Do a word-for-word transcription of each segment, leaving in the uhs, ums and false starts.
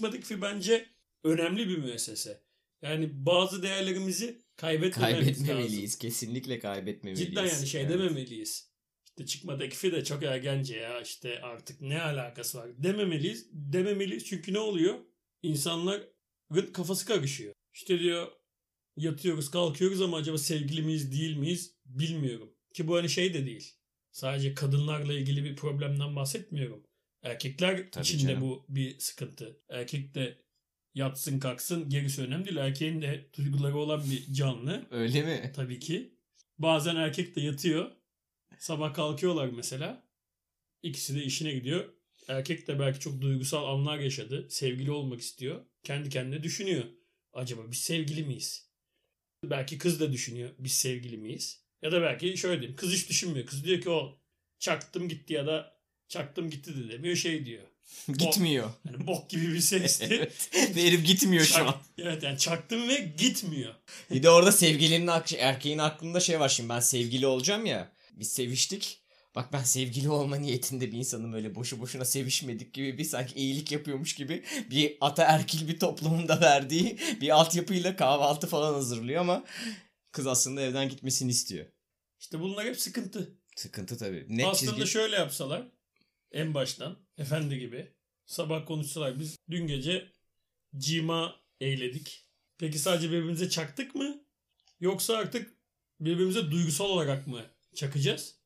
çıkma teklifi bence önemli bir müessese. Yani bazı değerlerimizi kaybetmememiz Kaybetmemeliyiz. lazım. Kesinlikle kaybetmemeliyiz. Cidden yani şey evet. dememeliyiz. İşte çıkma teklifi de çok ergence ya, işte artık ne alakası var dememeliyiz. Dememeliyiz çünkü ne oluyor? İnsanların kafası karışıyor. İşte diyor yatıyoruz kalkıyoruz ama acaba sevgili miyiz değil miyiz bilmiyorum. Ki bu hani şey de değil. Sadece kadınlarla ilgili bir problemden bahsetmiyorum. Erkekler Tabii için canım. de bu bir sıkıntı. Erkek de yatsın kalksın gerisi önemli değil. Erkeğin de duyguları olan bir canlı. Öyle mi? Tabii ki. Bazen erkek de yatıyor. Sabah kalkıyorlar mesela. İkisi de işine gidiyor. Erkek de belki çok duygusal anlar yaşadı. Sevgili olmak istiyor. Kendi kendine düşünüyor. Acaba biz sevgili miyiz? Belki kız da düşünüyor. Biz sevgili miyiz? Ya da belki şöyle diyeyim. Kız hiç düşünmüyor. Kız diyor ki o çaktım gitti ya da çaktım gitti de demiyor, şey diyor. Gitmiyor. Bok, yani bok gibi bir sesti. Evet. Ve herif gitmiyor Çak, şu an. Evet yani çaktım ve gitmiyor. Bir de orada sevgilinin erkeğin aklında şey var, şimdi ben sevgili olacağım ya. Biz seviştik. Bak ben sevgili olma niyetinde bir insanım, öyle boşu boşuna sevişmedik gibi bir sanki iyilik yapıyormuş gibi bir ataerkil bir toplumun da verdiği bir altyapıyla kahvaltı falan hazırlıyor ama kız aslında evden gitmesini istiyor. İşte bunlar hep sıkıntı. Sıkıntı tabii. Net Aslında çizgi... şöyle yapsalar en baştan efendi gibi sabah konuşsalar, biz dün gece cima eyledik. Peki sadece birbirimize çaktık mı? Yoksa artık birbirimize duygusal olarak mı çakacağız?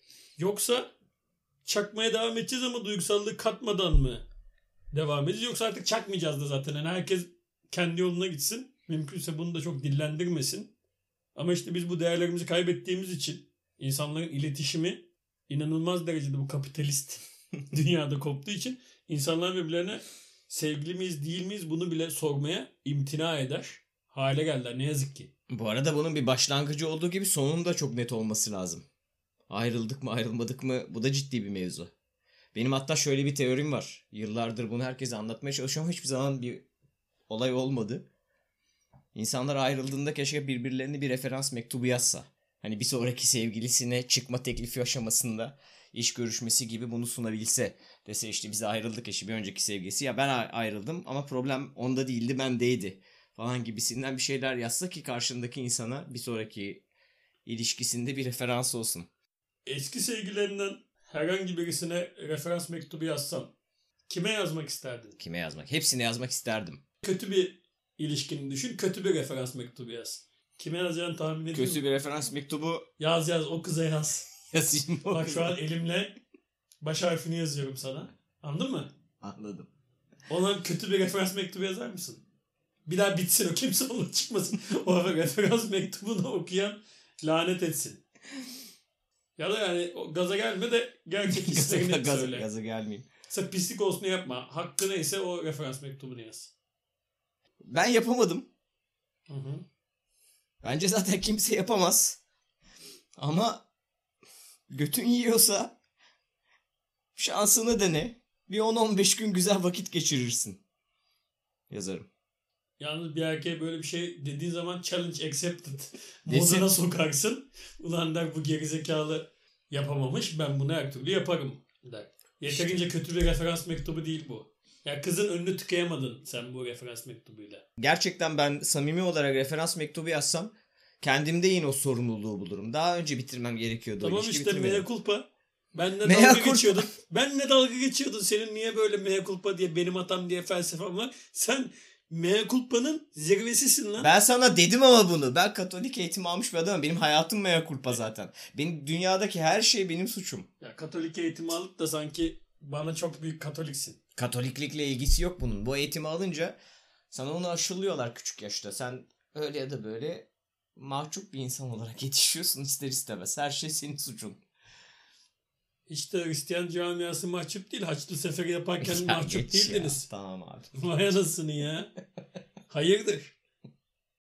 Yoksa çakmaya devam edeceğiz ama duygusallığı katmadan mı devam edeceğiz? Yoksa artık çakmayacağız da zaten. Yani herkes kendi yoluna gitsin. Mümkünse bunu da çok dillendirmesin. Ama işte biz bu değerlerimizi kaybettiğimiz için insanların iletişimi inanılmaz derecede bu kapitalist dünyada koptuğu için insanlar birbirlerine sevgili miyiz değil miyiz bunu bile sormaya imtina eder hale geldiler ne yazık ki. Bu arada bunun bir başlangıcı olduğu gibi sonun da çok net olması lazım. Ayrıldık mı ayrılmadık mı, bu da ciddi bir mevzu. Benim hatta şöyle bir teorim var. Yıllardır bunu herkese anlatmaya çalışıyorum ama hiçbir zaman bir olay olmadı. İnsanlar ayrıldığında keşke birbirlerine bir referans mektubu yazsa. Hani bir sonraki sevgilisine çıkma teklifi aşamasında iş görüşmesi gibi bunu sunabilse. Dese işte biz ayrıldık eşi, bir önceki sevgilisi. Ya ben ayrıldım ama problem onda değildi, bendeydi falan gibisinden bir şeyler yazsa ki karşındaki insana bir sonraki ilişkisinde bir referans olsun. Eski sevgilerinden herhangi birisine referans mektubu yazsan kime yazmak isterdin? Kime yazmak? Hepsine yazmak isterdim. Kötü bir ilişkini düşün, kötü bir referans mektubu yaz. Kime yazacağını tahmin ediyor Kötü bir referans mektubu yaz yaz o kıza yaz. yazayım. Bak şu an elimle baş harfini yazıyorum sana. Anladın mı? Anladım. Ona kötü bir referans mektubu yazar mısın? Bir daha bitsin o, kimse onunla çıkmasın. O referans mektubunu okuyan lanet etsin. Ya da yani o gaza gelme de gerçek hislerini gaza, söyle. gaza gelmeyeyim. Sen pislik olsun yapma. Hakkı neyse o referans mektubunu yaz. Ben yapamadım. Hı hı. Bence zaten kimse yapamaz. Ama götün yiyorsa şansını dene. Bir on on beş gün güzel vakit geçirirsin. Yazarım. Yalnız bir erkeğe böyle bir şey dediğin zaman challenge accepted Desin. moduna sokarsın. Ulan der bu gerizekalı yapamamış, ben bunu her türlü yaparım der. Yeterince kötü bir referans mektubu değil bu. Ya kızın önünü tıkayamadın sen bu referans mektubuyla. Gerçekten ben samimi olarak referans mektubu yazsam kendimde yine o sorumluluğu bulurum. Daha önce bitirmem gerekiyordu. Tamam işte mea culpa. Benle Mea dalga culpa. geçiyordun. Benle dalga geçiyordun. Senin niye böyle mea culpa diye, benim hatam diye felsefem var. Sen mea culpa'nın zirvesisin lan. Ben sana dedim ama bunu. Ben Katolik eğitim almış bir adamım. Benim hayatım mea culpa zaten. Benim dünyadaki her şey benim suçum. Ya Katolik eğitimi alıp da sanki bana çok büyük Katoliksin. Katoliklikle ilgisi yok bunun. Bu eğitimi alınca sana onu aşılıyorlar küçük yaşta. Sen öyle ya da böyle mahcup bir insan olarak yetişiyorsun ister istemez. Her şey senin suçun. İşte Hristiyan camiası mahcup değil. Haçlı Seferi yaparken mahcup geç değildiniz. Ya, tamam abi. Vay anasını ya. Hayırdır?